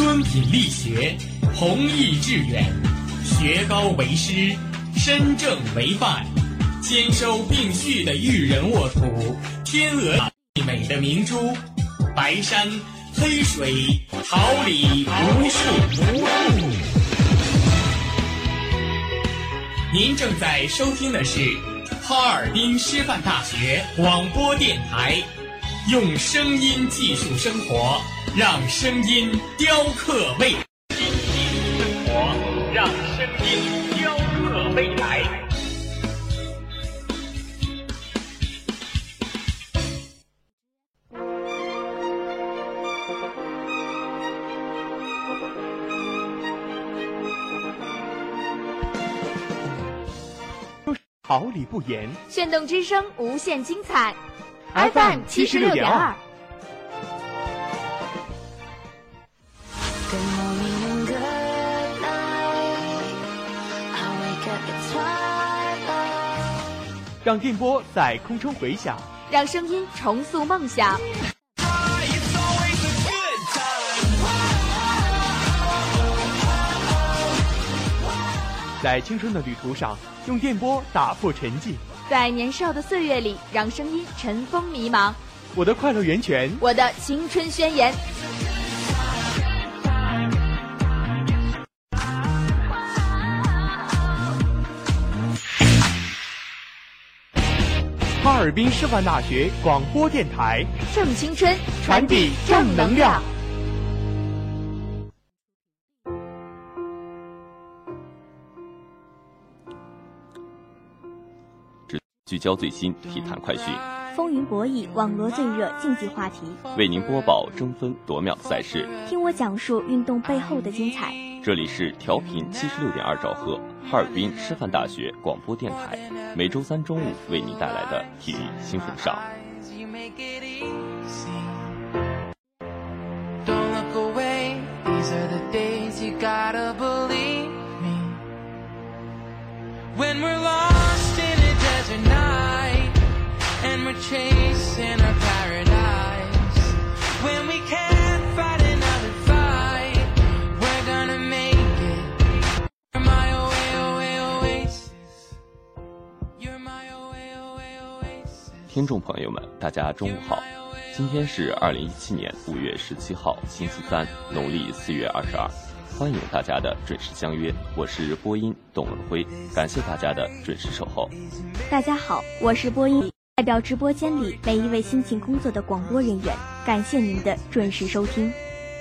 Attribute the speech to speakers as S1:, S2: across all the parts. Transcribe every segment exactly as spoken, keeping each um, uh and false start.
S1: 敦品力学，弘毅致远，学高为师，身正为范，兼收并蓄的育人沃土，天鹅美的明珠，白山黑水，桃李无数。您正在收听的是哈尔滨师范大学广播电台，用声音技术生活，让声音雕刻未来。精品生活，让声音雕刻未来。
S2: 毫厘不言，
S3: 炫动之声，无限精彩。F M 七十六点二。
S2: 让电波在空中回响，
S3: 让声音重塑梦想。
S2: 在青春的旅途上，用电波打破沉寂；
S3: 在年少的岁月里，让声音尘封迷茫。
S2: 我的快乐源泉，
S3: 我的青春宣言。
S2: 哈尔滨师范大学广播电台，
S3: 正青春，
S2: 传递正能量。
S4: 聚焦最新体坛快讯，
S5: 风云博弈，网罗最热竞技话题，
S4: 为您播报争分夺秒赛事，
S5: 听我讲述运动背后的精彩。
S4: 这里是调频七十六点二兆赫，哈尔滨师范大学广播电台，每周三中午为您带来的体育新风尚。
S6: Chasing our paradise when we can't fight another fight, we're gonna make it. You're my away, away, oasis. You're my away, away, oasis.
S4: 听众朋友们，大家中午好，今天是二零一七年五月十七号，星期三，农历四月二十二。欢迎大家的准时相约，我是播音董文辉，感谢大家的准时守候。
S5: 大家好，我是播音。代表直播间里每一位辛勤工作的广播人员，感谢您的准时收听。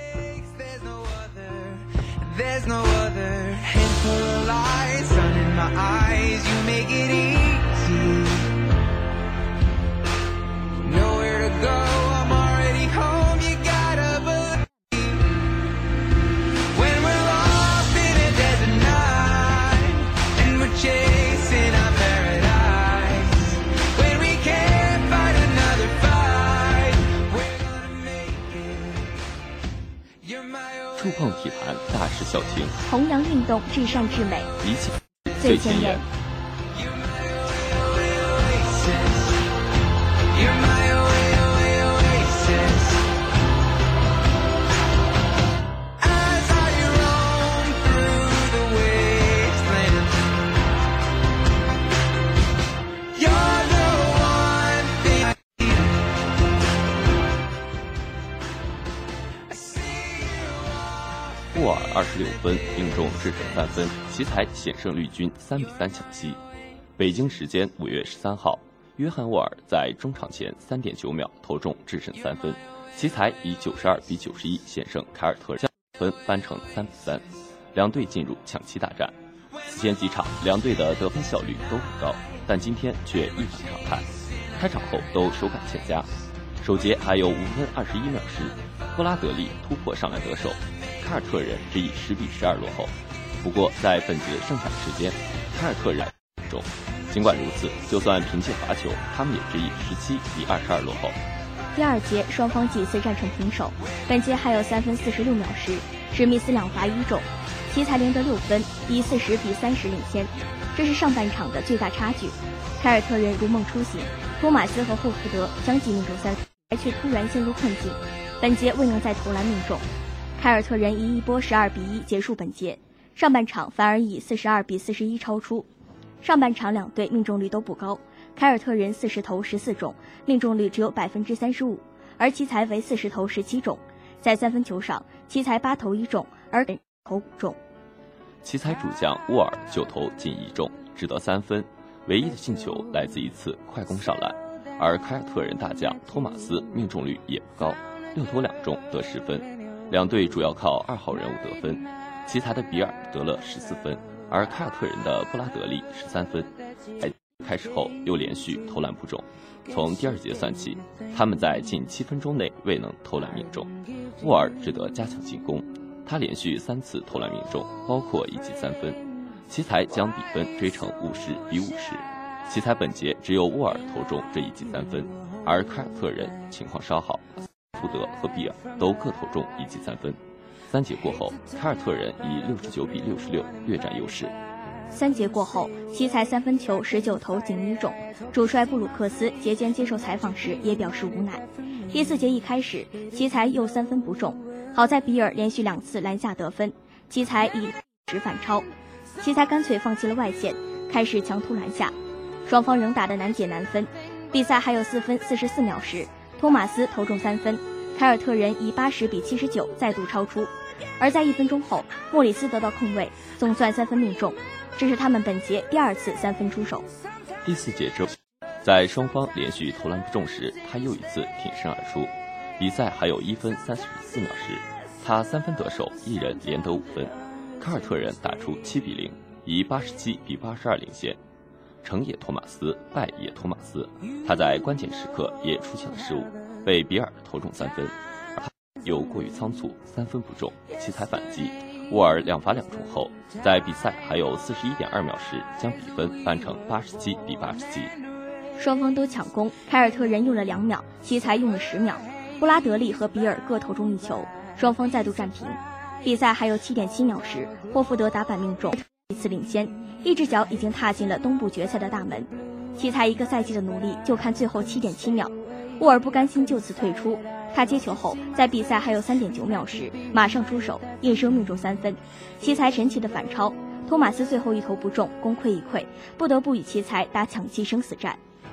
S4: 触碰体坛大事小情，
S5: 弘扬运动至善至美，
S4: 一切
S5: 最前沿。
S4: 沃尔二十六分命中制胜三分，奇才险胜绿军三比三抢七。北京时间五月十三号，约翰沃尔在中场前三点九秒投中制胜三分，奇才以九十二比九十一险胜凯尔特人，将分扳成三比三，两队进入抢七大战。此前几场两队的得分效率都很高，但今天却一反常态，开场后都手感欠佳。首节还有五分二十一秒时，布拉德利突破上来得手，凯尔特人只以十比十二落后。不过在本节剩下的时间，凯尔特人中，尽管如此，就算凭借罚球，他们也只以十七比二十二落后。
S5: 第二节双方几次战成平手，本节还有三分四十六秒时，史密斯两罚一中，奇才连得六分，以四十比三十领先。这是上半场的最大差距。凯尔特人如梦初醒，托马斯和霍福德将其命中三分，却突然陷入困境，本节未能再投篮命中。 凯尔特人以一波十二比一结束本节，上半场反而以四十二比四十一超出。上半场两队命中率都不高，凯尔特人四十投十四中，命中率只有百分之三十五，而奇才为四十投十七中。在三分球上，奇才八投一中，而投五中。
S4: 奇才主将沃尔九投进一中，只得三分，唯一的进球来自一次快攻上篮。而凯尔特人大将托马斯命中率也不高，六投两中得十分。两队主要靠二号人物得分，奇才的比尔得了十四分，而凯尔特人的布拉德利十三分。开始后又连续投篮不中，从第二节算起，他们在近七分钟内未能投篮命中。沃尔只得加强进攻，他连续三次投篮命中，包括一记三分。奇才将比分追成五十比五十。奇才本节只有沃尔投中这一记三分，而凯尔特人情况稍好，福德和比尔都各投中一记三分。三节过后，凯尔特人以六十九比六十六略占优势。
S5: 三节过后，奇才三分球十九投仅一中。主帅布鲁克斯节间接受采访时也表示无奈。第四节一开始，奇才又三分不中，好在比尔连续两次篮下得分，奇才以十反超。奇才干脆放弃了外线，开始强突篮下，双方仍打得难解难分。比赛还有四分四十四秒时，托马斯投中三分，凯尔特人以八十比七十九再度超出。而在一分钟后，莫里斯得到空位，总算三分命中。这是他们本节第二次三分出手。
S4: 第四节之后，在双方连续投篮不中时，他又一次挺身而出。比赛还有一分三十四秒时，他三分得手，一人连得五分。凯尔特人打出七比零，以八十七比八十二领先。成也托马斯，败也托马斯，他在关键时刻也出现了失误，被比尔投中三分，而他又过于仓促，三分不中，奇才反击。沃尔两罚两中后，在比赛还有四十一点二秒时，将比分扳成八十七比八十七。
S5: 双方都抢攻，凯尔特人用了两秒，奇才用了十秒。布拉德利和比尔各投中一球，双方再度战平。比赛还有七点七秒时，霍福德打板命中，一次领先，一只脚已经踏进了东部决赛的大门。奇才一个赛季的努力，就看最后七点七秒。沃尔不甘心就此退出。他接球后，在比赛还有三点九秒时，马上出手，应声命中三分。奇才神奇的反超，托马斯最后一投不中，功亏一篑，不得不与奇才打抢七生死战。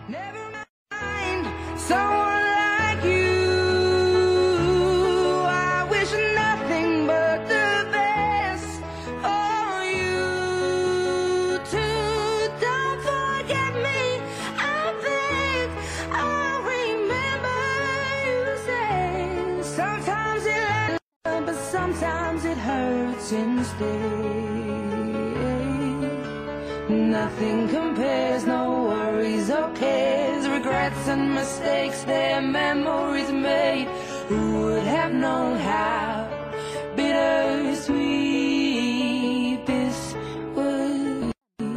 S6: Nothing compares, no worries or cares, regrets and mistakes, their memories made. Who would have known how bittersweet this was?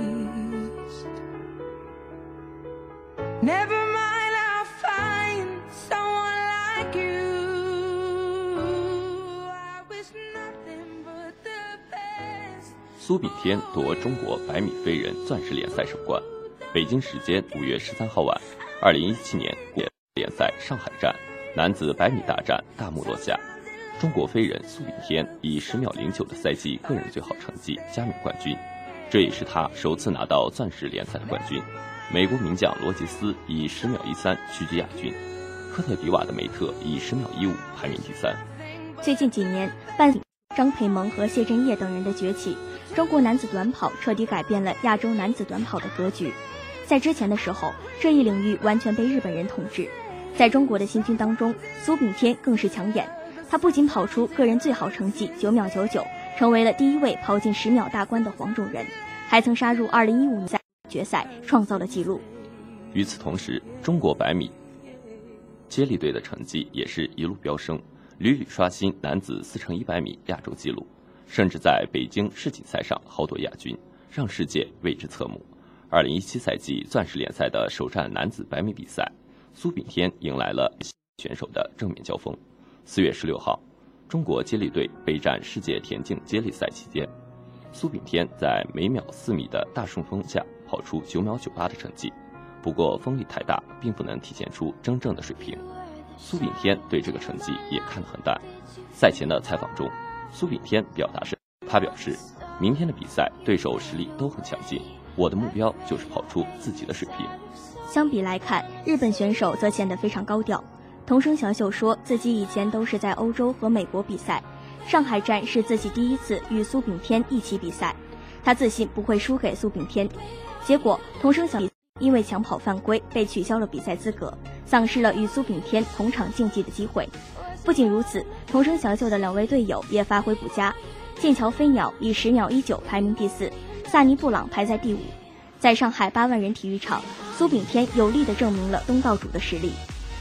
S6: Never mind, I'll find someone like you. I wish nothing but the best.
S4: 苏炳添夺中国百米飞人钻石联赛首冠。北京时间五月十三号晚，二零一七年联赛上海站男子百米大战大幕落下，中国飞人苏炳添以十秒零九的赛季个人最好成绩加冕冠军，这也是他首次拿到钻石联赛的冠军。美国名将罗杰斯以十秒一三屈居亚军，科特迪瓦的梅特以十秒一五排名第三。
S5: 最近几年，伴随张培萌和谢震业等人的崛起，中国男子短跑彻底改变了亚洲男子短跑的格局。在之前的时候，这一领域完全被日本人统治。在中国的新军当中，苏炳添更是抢眼。他不仅跑出个人最好成绩九秒九九，成为了第一位跑进十秒大关的黄种人，还曾杀入二零一五年决赛，创造了纪录。
S4: 与此同时，中国百米接力队的成绩也是一路飙升，屡屡刷新男子四乘一百米亚洲纪录，甚至在北京世锦赛上豪夺亚军，让世界为之侧目。二零一七赛季钻石联赛的首战男子百米比赛，苏炳添迎来了选手的正面交锋。四月十六号，中国接力队备战世界田径接力赛期间，苏炳添在每秒四米的大顺风下跑出九秒九八的成绩，不过风力太大，并不能体现出真正的水平。 苏炳添对这个成绩也看得很淡。赛前的采访中，苏炳添表达是，他表示，明天的比赛对手实力都很强劲，我的目标就是跑出自己的水平。
S5: 相比来看，日本选手则显得非常高调。桐生小秀说自己以前都是在欧洲和美国比赛，上海站是自己第一次与苏炳添一起比赛，他自信不会输给苏炳添。结果桐生小秀因为抢跑犯规被取消了比赛资格，丧失了与苏炳添同场竞技的机会。不仅如此，桐生小秀的两位队友也发挥不佳，剑桥飞鸟以十秒一九排名第四，萨尼布朗排在第五。在上海八万人体育场，苏炳添有力地证明了东道主的实力。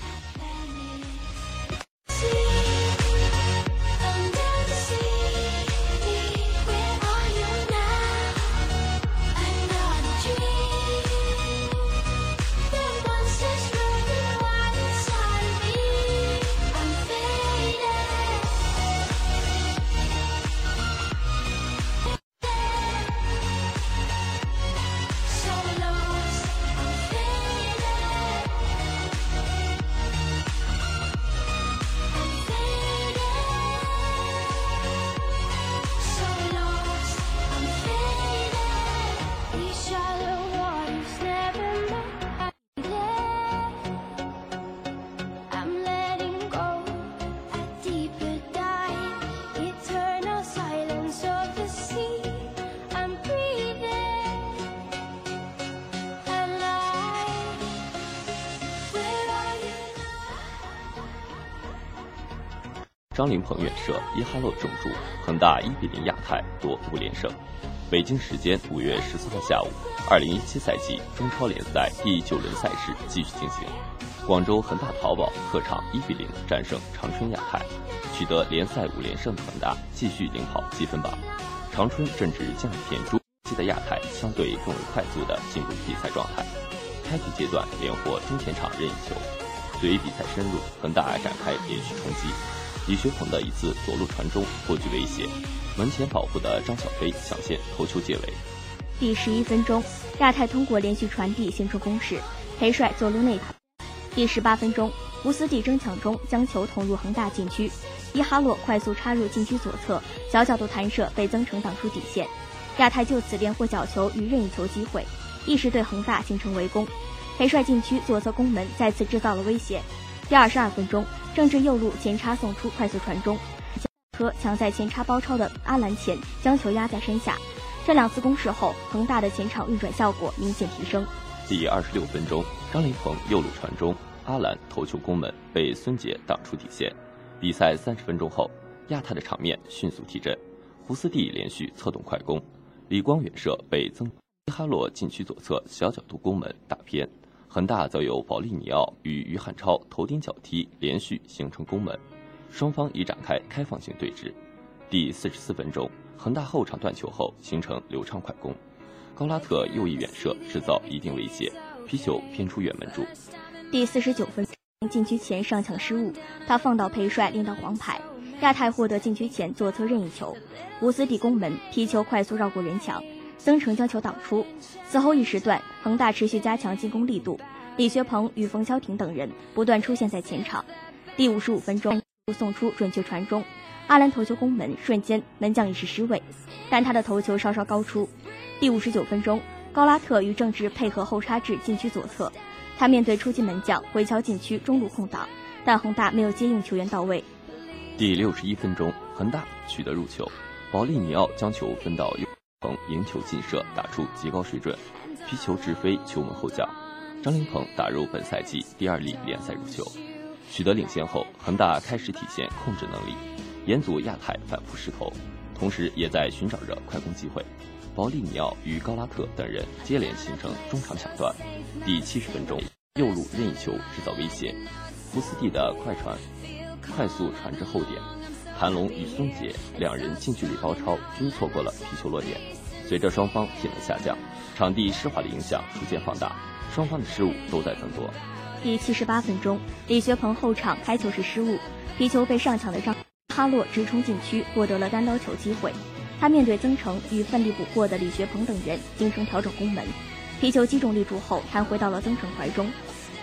S4: 张琳芃远射，伊哈洛中柱，恒大一比零亚太夺五连胜。北京时间五月十四号下午，二零一七赛季中超联赛第九轮赛事继续进行。广州恒大淘宝客场一比零战胜长春亚泰，取得联赛五连胜的恒大继续领跑积分榜。长春正值降雨天珠，记得亚泰相对更为快速地进入比赛状态，开局阶段连获中前场任意球。随比赛深入，恒大展开连续冲击。李学鹏的一次左路传中颇具威胁，门前保护的张小飞抢线头球解围。
S5: 第十一分钟，亚泰通过连续传递形成攻势，裴帅左路内打。第十八分钟，吴斯蒂争抢中将球捅入恒大禁区，伊哈洛快速插入禁区左侧，小角度弹射被曾诚挡出底线，亚泰就此连获角球与任意球机会，一时对恒大形成围攻。裴帅禁区左侧攻门再次制造了威胁。第二十二分钟，郑智右路前插送出快速传中，科抢在前插包抄的阿兰前将球压在身下。这两次攻势后，恒大的前场运转效果明显提升。
S4: 第二十六分钟，张琳芃右路传中，阿兰头球攻门被孙杰挡出底线。比赛三十分钟后，亚太的场面迅速提振，胡斯蒂连续策动快攻，李光远射被曾伊哈洛禁区左侧小角度攻门打偏。恒大则由保利尼奥与于汉超头顶脚踢连续形成攻门，双方已展开开放性对峙。第四十四分钟，恒大后场断球后形成流畅快攻，高拉特右翼远射制造一定威胁，皮球偏出远门柱。
S5: 第四十九分钟，禁区前上抢失误，他放倒裴帅领到黄牌，亚太获得禁区前左侧任意球，吴斯蒂攻门，皮球快速绕过人墙，曾诚将球挡出。此后一时段，恒大持续加强进攻力度，李学鹏与冯潇霆等人不断出现在前场。第五十五分钟，送出准确传中，阿兰头球攻门，瞬间门将已是失位，但他的头球稍稍高出。第五十九分钟，高拉特与郑智配合后插至禁区左侧，他面对出击门将回敲禁区中路空档，但恒大没有接应球员到位。
S4: 第六十一分钟，恒大取得入球，保利尼奥将球分到右鹏迎球劲射，打出极高水准，皮球直飞球门后角。张琳芃打入本赛季第二粒联赛入球，取得领先后，恒大开始体现控制能力，严阻亚太反扑势头，同时也在寻找着快攻机会。保利尼奥与高拉特等人接连形成中场抢断。第七十分钟，右路任意球制造威胁，胡斯蒂的快传快速传至后点，谭龙与孙杰两人近距离包抄均错过了皮球落点。随着双方体能下降，场地湿滑的影响逐渐放大，双方的失误都在增多。
S5: 第七十八分钟，李学鹏后场开球时失误，皮球被上抢的张哈洛直冲禁区，获得了单刀球机会。他面对曾诚与奋力捕获的李学鹏等人，精神调整攻门，皮球击中立柱后弹回到了曾诚怀中。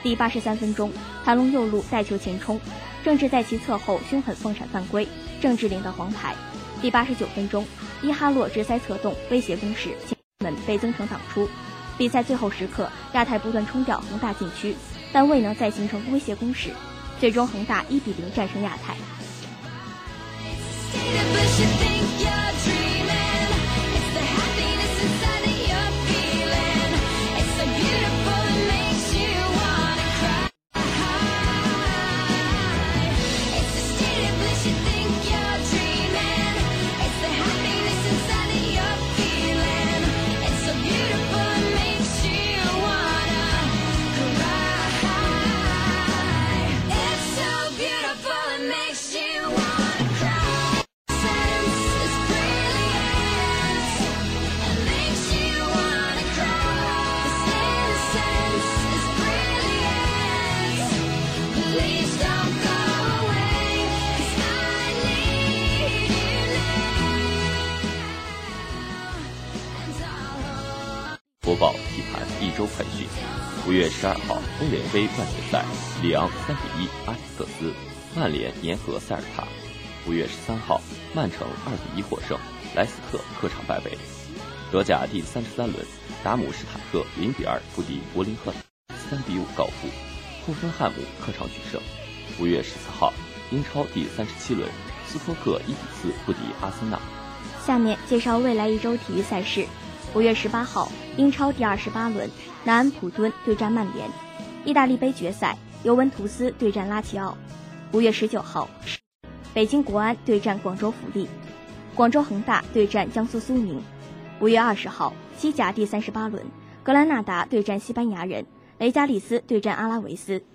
S5: 第八十三分钟，谭龙右路带球前冲，郑智在其侧后凶狠放铲犯规，郑智领到黄牌。第八十九分钟，伊哈洛直塞侧动威胁攻势，前门被曾诚挡出。比赛最后时刻，亚太不断冲掉恒大禁区，但未能再形成威胁攻势，最终恒大一比零战胜亚太。
S4: 播报体坛一周快讯。五月十二号，欧联杯半决赛，里昂三比一阿贾克斯，曼联粘合塞尔塔。五月十三号，曼城二比一获胜，莱斯特客场败北。德甲第三十三轮，达姆施塔特零比二不敌柏林赫塔，三比五告负。霍芬汉姆客场取胜。五月十四号，英超第三十七轮，斯托克一比四不敌阿森纳。
S5: 下面介绍未来一周体育赛事。五月十八号，英超第二十八轮，南安普敦对战曼联；意大利杯决赛，尤文图斯对战拉齐奥。五月十九号，北京国安对战广州富力，广州恒大对战江苏苏宁。五月二十号，西甲第三十八轮，格兰纳达对战西班牙人，雷加利斯对战阿拉维斯。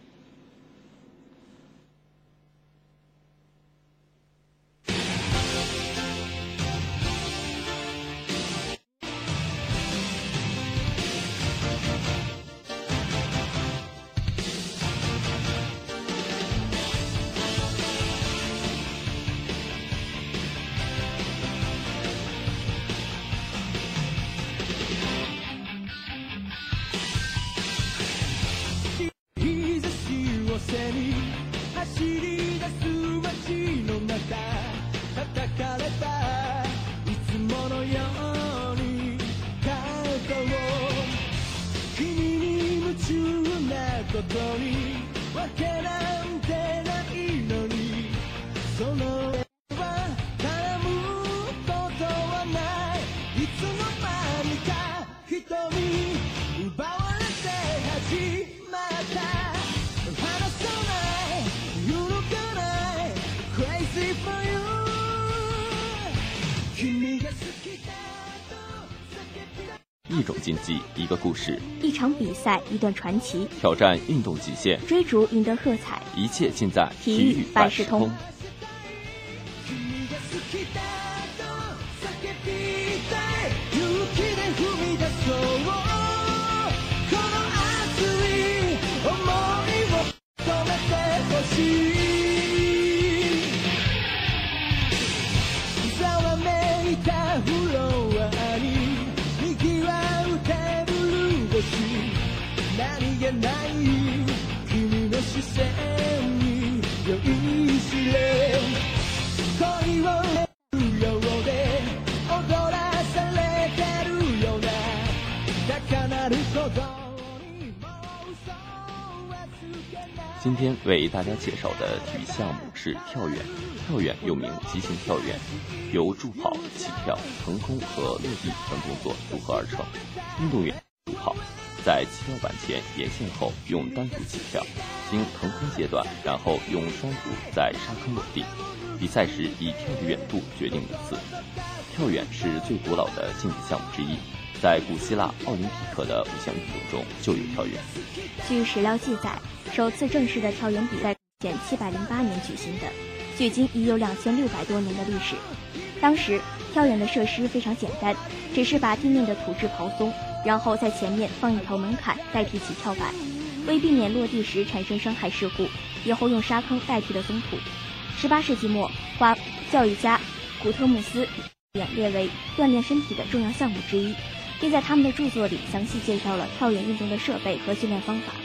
S4: 一种竞技，一个故事；
S5: 一场比赛，一段传奇；
S4: 挑战运动极限，
S5: 追逐赢得喝彩。
S4: 一切尽在
S5: 体育百事通。
S4: 今天为大家介绍的体育项目是跳远。跳远又名急行跳远，由助跑、起跳、腾空和落地等动作组合而成。运动员助跑在起跳板前沿线后用单足起跳，经腾空阶段，然后用双足在沙坑落地。比赛时以跳的远度决定名次。跳远是最古老的竞技项目之一，在古希腊奥林匹克的五项运动中就有跳远。
S5: 据史料记载，首次正式的跳远比赛前七百零八年举行的，距今已有两千六百多年的历史。当时跳远的设施非常简单，只是把地面的土质刨松，然后在前面放一条门槛代替起跳板，为避免落地时产生伤害事故，以后用沙坑代替了松土。十八世纪末，华教育家古特穆斯演列为锻炼身体的重要项目之一，并在他们的著作里详细介绍了跳远运动的设备和训练方法，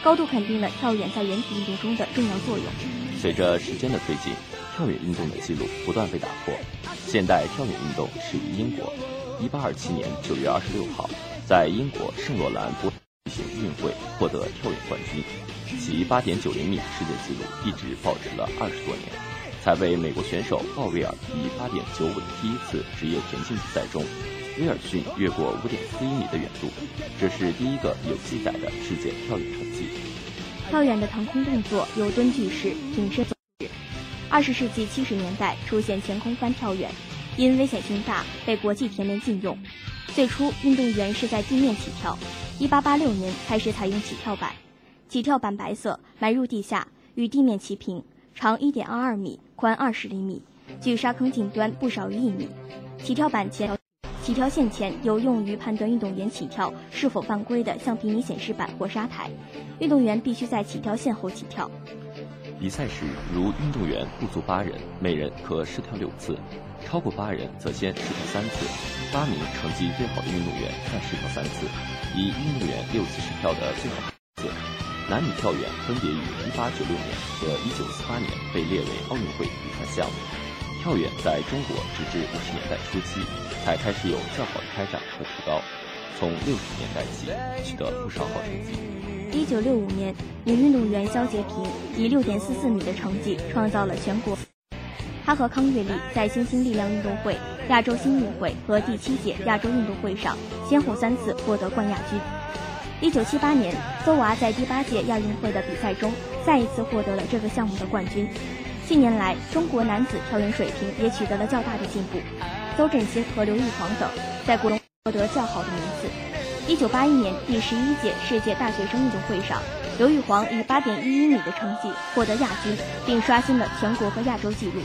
S5: 高度肯定了跳远在人体运动中的重要作用。
S4: 随着时间的推进，跳远运动的记录不断被打破。现代跳远运动始于英国，一八二七年九月二十六号，在英国圣洛兰博举行运会获得跳远冠军，其八点九零米世界纪录一直保持了二十多年，才被美国选手鲍威尔以八点九五的第一次职业田径比赛中，威尔逊越过五点四一米的远度，这是第一个有记载的世界跳远成绩。
S5: 跳远的腾空动作有蹲踞式、挺身走式。二十世纪七十年代出现前空翻跳远，因危险性大，被国际田联禁用。最初运动员是在地面起跳，一八八六年开始采用起跳板。起跳板白色，埋入地下，与地面齐平，长一点二二米，宽二十厘米，距沙坑顶端不少于一米。起跳板前。起跳线前有用于判断运动员起跳是否犯规的橡皮泥显示板或沙台，运动员必须在起跳线后起跳。
S4: 比赛时，如运动员不足八人，每人可试跳六次；超过八人则先试跳三次。八名成绩最好的运动员再试跳三次，以运动员六次试跳的最好表现。男女跳远分别于一八九六年和一九四八年被列为奥运会比赛项目。跳远在中国直至五十年代初期才开始有较好的开展和提高，从六十年代起取得不少好成绩。
S5: 一九六五年，女运动员肖洁萍以六点四四米的成绩创造了全国。她和康月丽在新兴力量运动会、亚洲新运会和第七届亚洲运动会上先后三次获得冠亚军。一九七八年，邹娃在第八届亚运会的比赛中再一次获得了这个项目的冠军。近年来，中国男子跳远水平也取得了较大的进步，邹振兴和刘玉煌等在国中获得较好的名次。一九八一年第十一届世界大学生运动会上，刘玉煌以八点一一米的成绩获得亚军，并刷新了全国和亚洲纪录。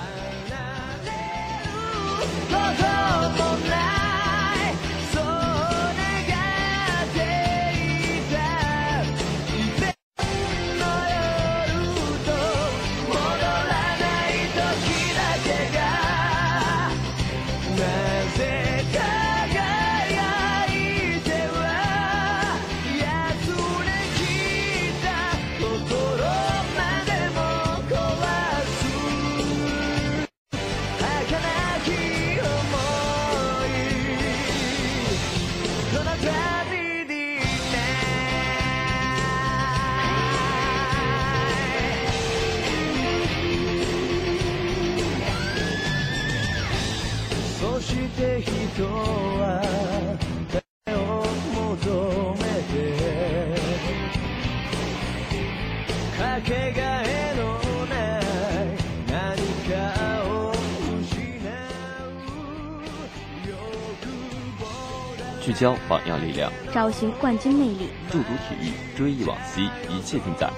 S4: 聚焦榜样力量，
S5: 找寻冠军魅力，
S4: 驻足体育，追忆往昔，一切尽在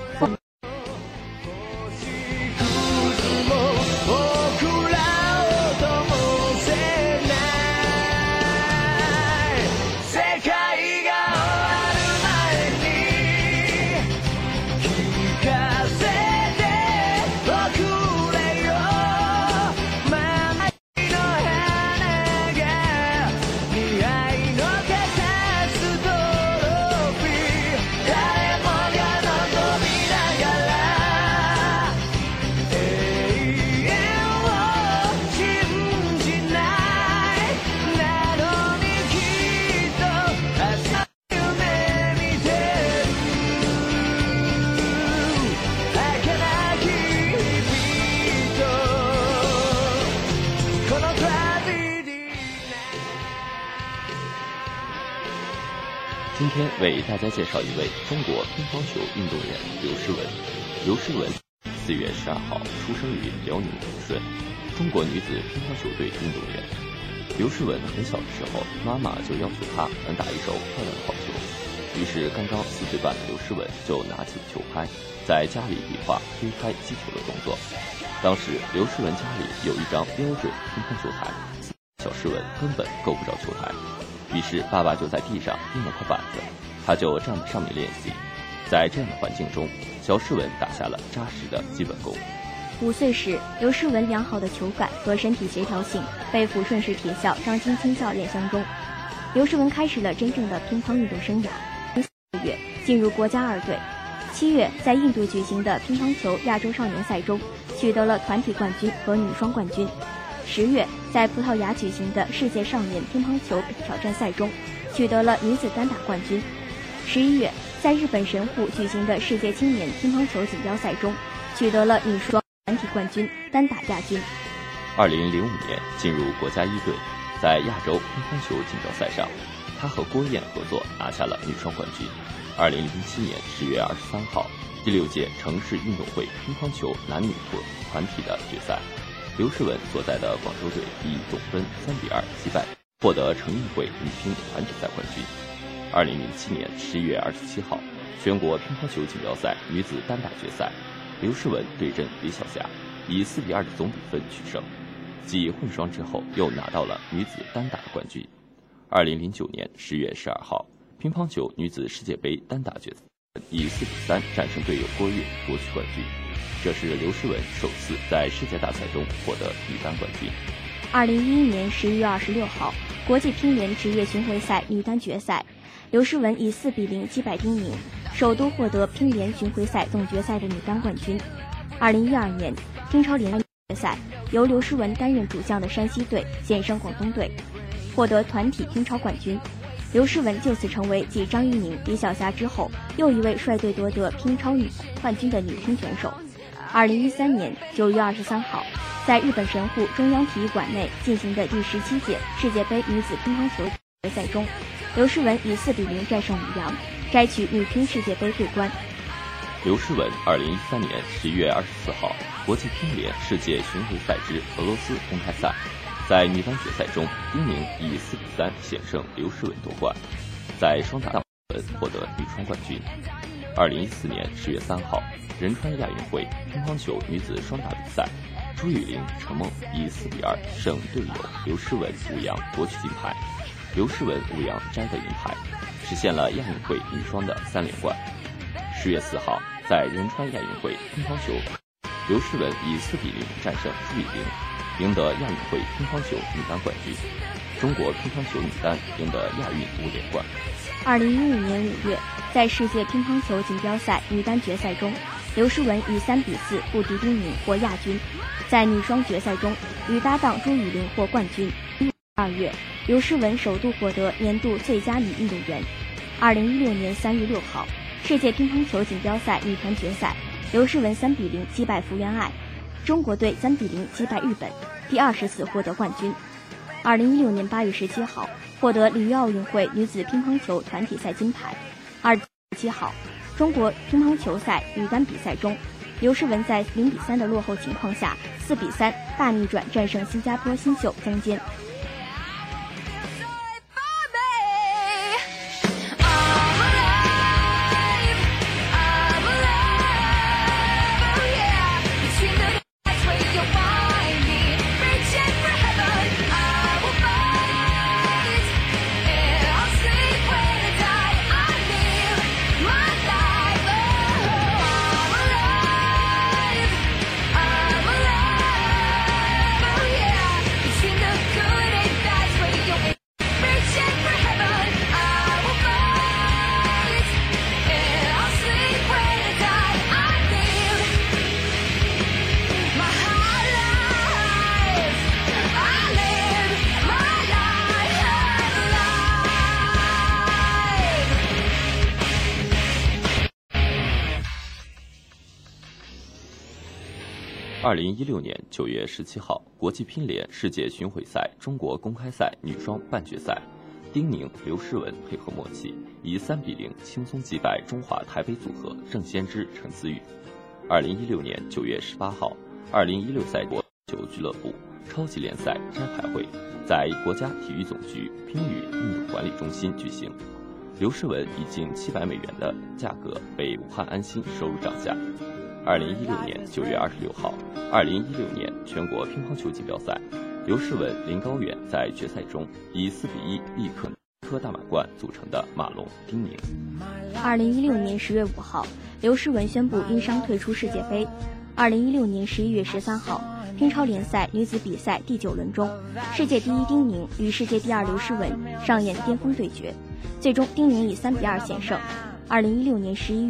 S4: 今天为大家介绍一位中国乒乓球运动员刘诗雯。刘诗雯四月十二号出生于辽宁抚顺，中国女子乒乓球队运动员。刘诗雯很小的时候，妈妈就要求她能打一手漂亮的好球，于是刚刚四岁半的刘诗雯就拿起球拍，在家里比划推开击球的动作。当时刘诗雯家里有一张标准乒乓球台，小诗雯根本够不着球台。于是爸爸就在地上钉了块板子，他就站在上面练习。在这样的环境中，小诗雯打下了扎实的基本功。
S5: 五岁时，刘诗雯良好的球感和身体协调性被抚顺市铁校张金清教练相中。刘诗雯开始了真正的乒乓运动生涯。四个月进入国家二队， 七月，在印度举行的乒乓球亚洲少年赛中，取得了团体冠军和女双冠军。十月，在葡萄牙举行的世界少年乒乓球挑战赛中，取得了女子单打冠军。十一月，在日本神户举行的世界青年乒乓球锦标赛中，取得了女双团体冠军、单打亚军。
S4: 二零零五年进入国家一队，在亚洲乒乓球锦标赛上，他和郭燕合作拿下了女双冠军。二零零七年十月二十三号，第六届城市运动会乒乓球男女团体的决赛，刘诗雯所在的广州队以总分三比二击败，获得城运会女乒团体赛冠军。二零零七年十一月二十七号，全国乒乓球锦标赛女子单打决赛，刘诗雯对阵李晓霞，以四比二的总比分取胜，继混双之后又拿到了女子单打的冠军。二零零九年十月十二号，乒乓球女子世界杯单打决赛，以四比三战胜队友郭跃夺取冠军。这是刘诗雯首次在世界大赛中获得女单冠军。
S5: 二零一一年十一月二十六号，国际乒联职业巡回赛女单决赛，刘诗雯以四比零击败丁宁，首度获得乒联巡回赛总决赛的女单冠军。二零一二年，乒超联决赛由刘诗雯担任主将的山西队险胜广东队，获得团体乒超冠军。刘诗雯就此成为继张怡宁、李晓霞之后又一位率队夺得乒超女冠军的女乒选手。二零一三年九月二十三号，在日本神户中央体育馆内进行的第十七届世界杯女子乒乓球决赛中，刘诗雯以四比零战胜李阳，摘取女乒世界杯桂冠。
S4: 刘诗雯二零一三年十一月二十四号，国际乒联世界巡回赛之俄罗斯公开赛，在女单决赛中，丁宁以四比三险胜刘诗雯夺冠，在双打文获得女双冠军。二零一四年十月三号，仁川亚运会乒乓球女子双打比赛，朱雨玲、陈梦以四比二胜队友刘诗雯、吴阳夺取金牌，刘诗雯、吴阳摘得银牌，实现了亚运会女双的三连冠。十月四号，在仁川亚运会乒乓球，刘诗雯以四比零战胜朱雨玲，赢得亚运会乒乓球女单冠军。中国乒乓球女单赢得亚运五连冠。
S5: 二零一五年五月，在世界乒乓球锦标赛女单决赛中，刘诗雯以三比四不敌丁宁获亚军。在女双决赛中，与搭档朱雨玲获冠军。二月，刘诗雯首度获得年度最佳女运动员。二零一六年三月六号，世界乒乓球锦标赛女团决赛，刘诗雯三比零击败福原爱，中国队三比零击败日本，第二十次获得冠军。二零一六年八月十七号，获得里约奥运会女子乒乓球团体赛金牌。二月十七号，中国乒乓球赛女单比赛中，刘诗雯在零比三的落后情况下，四比三大逆转战胜新加坡新秀曾坚。
S4: 二零一六年九月十七号，国际乒联世界巡回赛中国公开赛女双半决赛，丁宁、刘诗雯配合默契，以三比零轻松击败中华台北组合郑先知、陈思雨。二零一六年九月十八号，二零一六赛国球俱乐部超级联赛摘牌会在国家体育总局乒羽运动管理中心举行，刘诗雯以近七百美元的价格被武汉安心收入账下。二零一六年九月二十六号，二零一六年全国乒乓球锦标赛，刘诗雯、林高远在决赛中以四比一力克科大满贯组成的马龙、丁宁。
S5: 二零一六年十月五号，刘诗雯宣布因伤退出世界杯。二零一六年十一月十三号，乒超联赛女子比赛第九轮中，世界第一丁宁与世界第二刘诗雯上演巅峰对决，最终丁宁以三比二险胜。二零一六年十一月，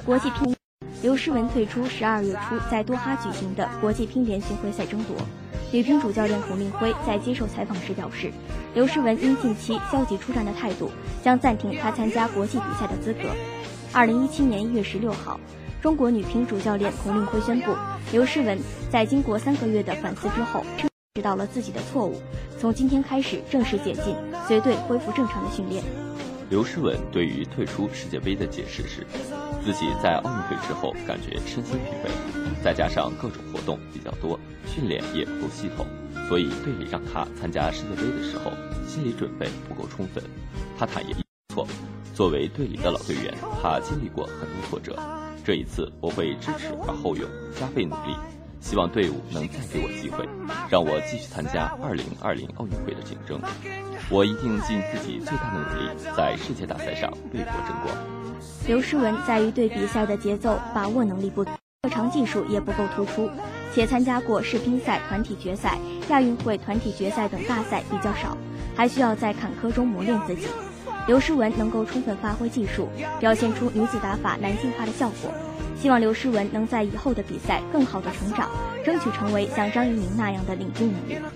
S5: 国际乒，刘诗雯退出十二月初在多哈举行的国际乒联巡回赛争夺。女乒主教练孔令辉在接受采访时表示，刘诗雯因近期消极出战的态度，将暂停她参加国际比赛的资格。二零一七年一月十六号，中国女乒主教练孔令辉宣布，刘诗雯在经过三个月的反思之后，意识到了自己的错误，从今天开始正式解禁，随队恢复正常的训练。
S4: 刘诗雯对于退出世界杯的解释是，自己在奥运会之后感觉身心疲惫，再加上各种活动比较多，训练也不够系统，所以队里让她参加世界杯的时候，心理准备不够充分。她坦言错，作为队里的老队员，她经历过很多挫折，这一次我会支持而后勇，加倍努力，希望队伍能再给我机会，让我继续参加二零二零奥运会的竞争。我一定尽自己最大的努力，在世界大赛上为国争光。
S5: 刘诗雯在于对比赛的节奏把握能力不足，特长技术也不够突出，且参加过世乒赛团体决赛、亚运会团体决赛等大赛比较少，还需要在坎坷中磨练自己。刘诗雯能够充分发挥技术，表现出女子打法男性化的效果。希望刘诗雯能在以后的比赛更好的成长，争取成为像张怡宁那样的领军人物。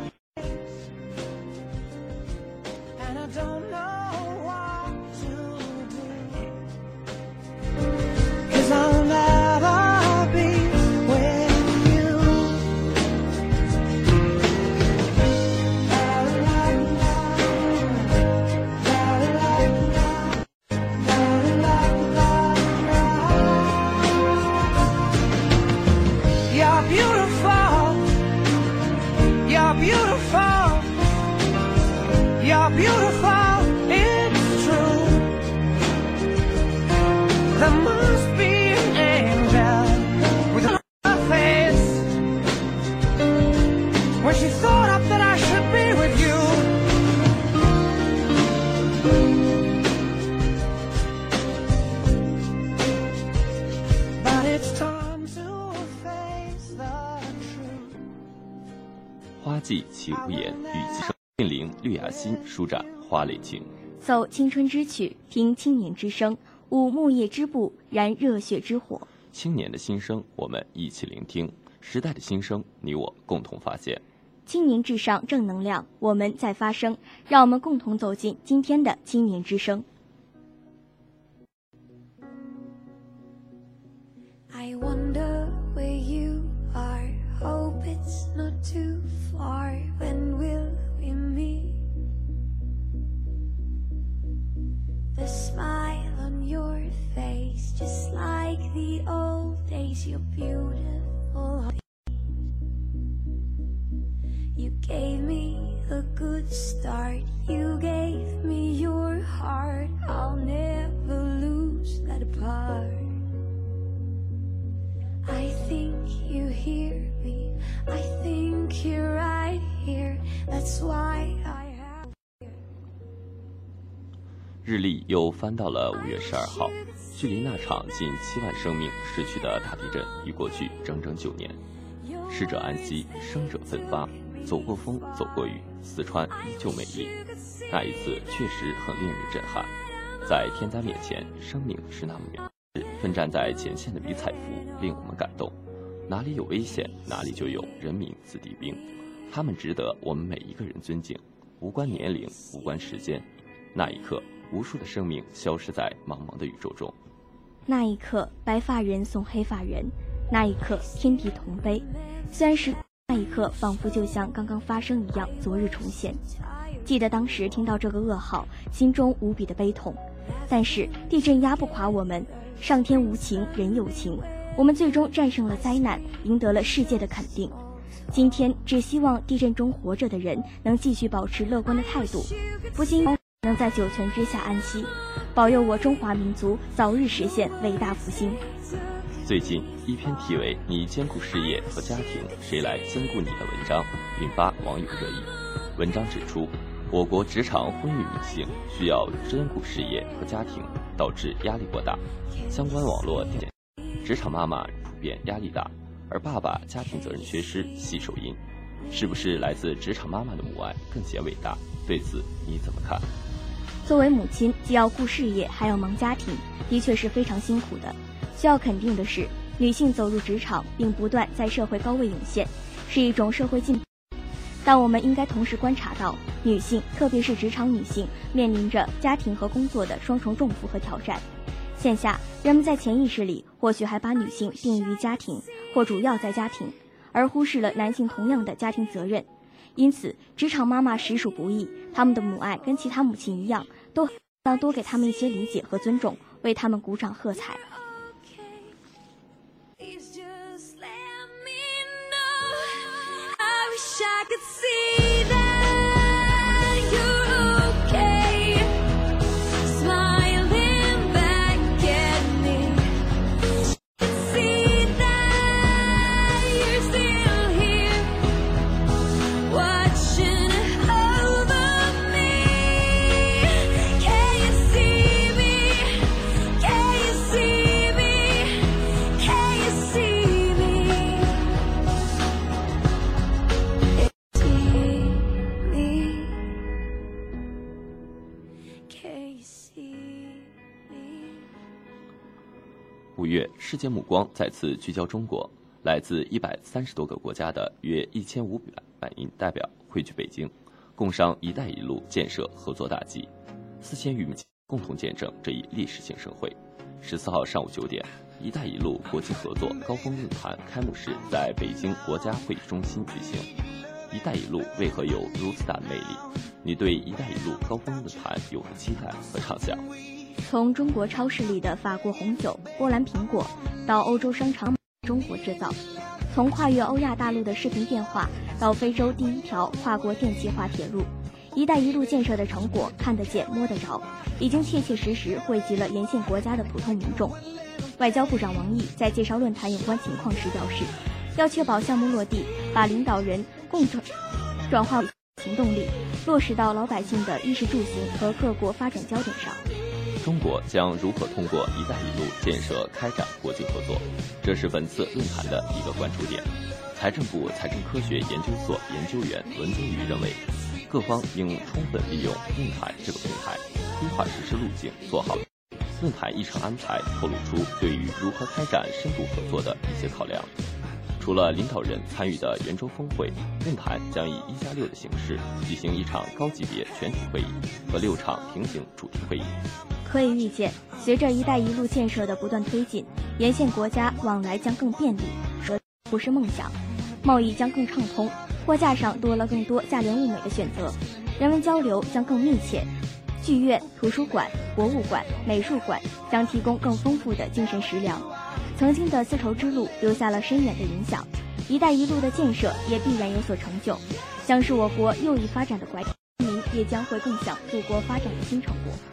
S4: 花季其无言，雨季生。韵铃绿雅心，舒展花蕾情。
S5: 奏青春之曲，听青年之声，舞木叶之步，燃热血之火。
S4: 青年的心声，我们一起聆听；时代的心声，你我共同发现。
S5: 青年至上，正能量，我们在发声，让我们共同走进今天的青年之声。
S7: I wonder where you are. Hope it's not too far. When will we meet? The smile on your face, just like the old days. You're beautiful. You gave me a good start. You gave me your heart. I'll never lose that apart. I think you hear me. I think you're right here. That's why I have.
S4: 日历又翻到了五月十二号，距离那场近七万生命逝去的大地震已过去整整九年。逝者安息，生者奋发。走过风，走过雨，四川依旧美丽。那一次确实很令人震撼。在天灾面前，生命是那么渺小。奋战在前线的迷彩服令我们感动，哪里有危险，哪里就有人民子弟兵，他们值得我们每一个人尊敬，无关年龄，无关时间。那一刻，无数的生命消失在茫茫的宇宙中。
S5: 那一刻，白发人送黑发人，那一刻，天地同悲。虽然是那一刻，仿佛就像刚刚发生一样，昨日重现。记得当时听到这个噩耗，心中无比的悲痛。但是地震压不垮我们，上天无情，人有情，我们最终战胜了灾难，赢得了世界的肯定。今天只希望地震中活着的人能继续保持乐观的态度，不仅能在九泉之下安息，保佑我中华民族早日实现伟大复兴。
S4: 最近一篇题为“你兼顾事业和家庭，谁来兼顾你”的文章引发网友热议。文章指出，我国职场婚育女性需要兼顾事业和家庭，导致压力过大。相关网络点职场妈妈普遍压力大，而爸爸家庭责任缺失系首因。是不是来自职场妈妈的母爱更显伟大？对此你怎么看？
S5: 作为母亲，既要顾事业还要忙家庭，的确是非常辛苦的。 需要肯定的是，女性走入职场并不断在社会高位涌现，是一种社会进步。但我们应该同时观察到，女性，特别是职场女性，面临着家庭和工作的双重重负和挑战。现下，人们在潜意识里或许还把女性定于家庭，或主要在家庭，而忽视了男性同样的家庭责任。因此，职场妈妈实属不易，她们的母爱跟其他母亲一样，都要多给她们一些理解和尊重，为她们鼓掌喝彩。
S7: I could see that you're okay, smiling back at me. I could see that you're still here, watching over me. Can you see me? Can you see me? Can you see me? Can you see me?
S4: 五月，世界目光再次聚焦中国，来自一百三十多个国家的约一千五百名代表汇聚北京，共商“一带一路”建设合作大计。四千余名共同见证这一历史性盛会。十四号上午九点，“一带一路”国际合作高峰论坛开幕式在北京国家会议中心举行。“一带一路”为何有如此大的魅力？你对“一带一路”高峰论坛有何期待和畅想？
S5: 从中国超市里的法国红酒、波兰苹果，到欧洲商场中国制造；从跨越欧亚大陆的视频电话，到非洲第一条跨国电气化铁路，“一带一路”建设的成果看得见、摸得着，已经切切实实惠及了沿线国家的普通民众。外交部长王毅在介绍论坛有关情况时表示，要确保项目落地，把领导人共同转化行动力，落实到老百姓的衣食住行和各国发展焦点上。
S4: 中国将如何通过“一带一路”建设开展国际合作？这是本次论坛的一个关注点。财政部财政科学研究所研究员文增宇认为，各方应充分利用论坛这个平台，规划实施路径，做好论坛议程安排，透露出对于如何开展深度合作的一些考量。除了领导人参与的圆桌峰会，论坛将以一加六的形式举行一场高级别全体会议和六场平行主题会议。
S5: 可以预见，随着“一带一路”建设的不断推进，沿线国家往来将更便利，而不是梦想；贸易将更畅通，货架上多了更多价廉物美的选择；人文交流将更密切，剧院、图书馆、博物馆、美术馆将提供更丰富的精神食粮。曾经的丝绸之路留下了深远的影响，“一带一路”的建设也必然有所成就，将是我国又一发展的拐点，民也将会更向祖国发展的新成果。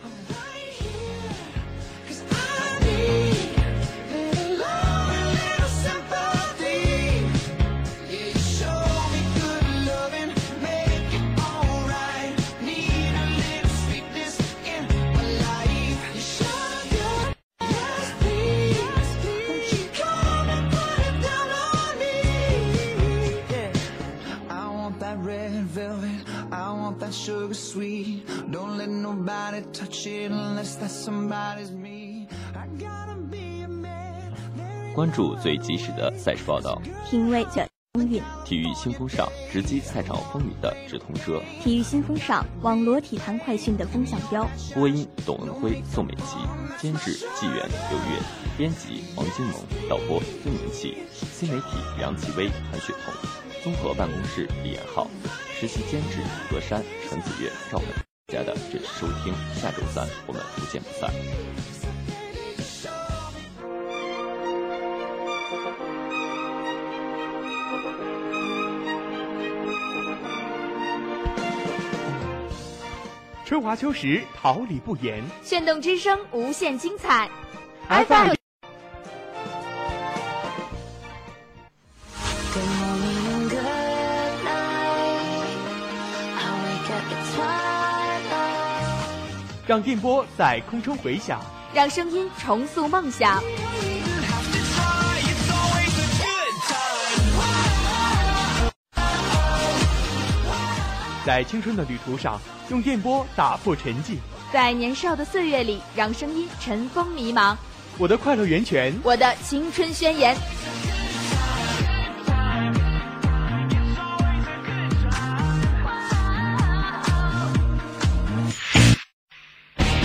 S8: Sugar sweet, don't let nobody touch it unless that somebody's me. I gotta be a man.
S4: 关注最及时的赛事报道，
S5: 品味最风韵。
S4: 体育新风尚，直击赛场风云的直通车。
S5: 体育新风尚，网罗体坛快讯的风向标。
S4: 播音：董文辉、宋美琪，监制：纪元、刘月，编辑：王金萌，导播：孙元气，新媒体：梁其威、韩雪彤，综合办公室：李延浩。实习监制何山、陈子月、赵本，大家的准时收听，下周三我们不见不散。
S2: 春华秋实，桃李不言，
S3: 炫动之声，无限精彩。
S2: F M让电波在空中回响，
S3: 让声音重塑梦想。
S2: 在青春的旅途上，用电波打破沉寂；
S3: 在年少的岁月里，让声音尘封迷茫。
S2: 我的快乐源泉，
S3: 我的青春宣言。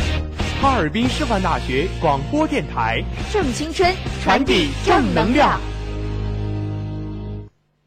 S2: 哈尔滨师范大学广播电台，
S3: 正青春，
S2: 传递正能量。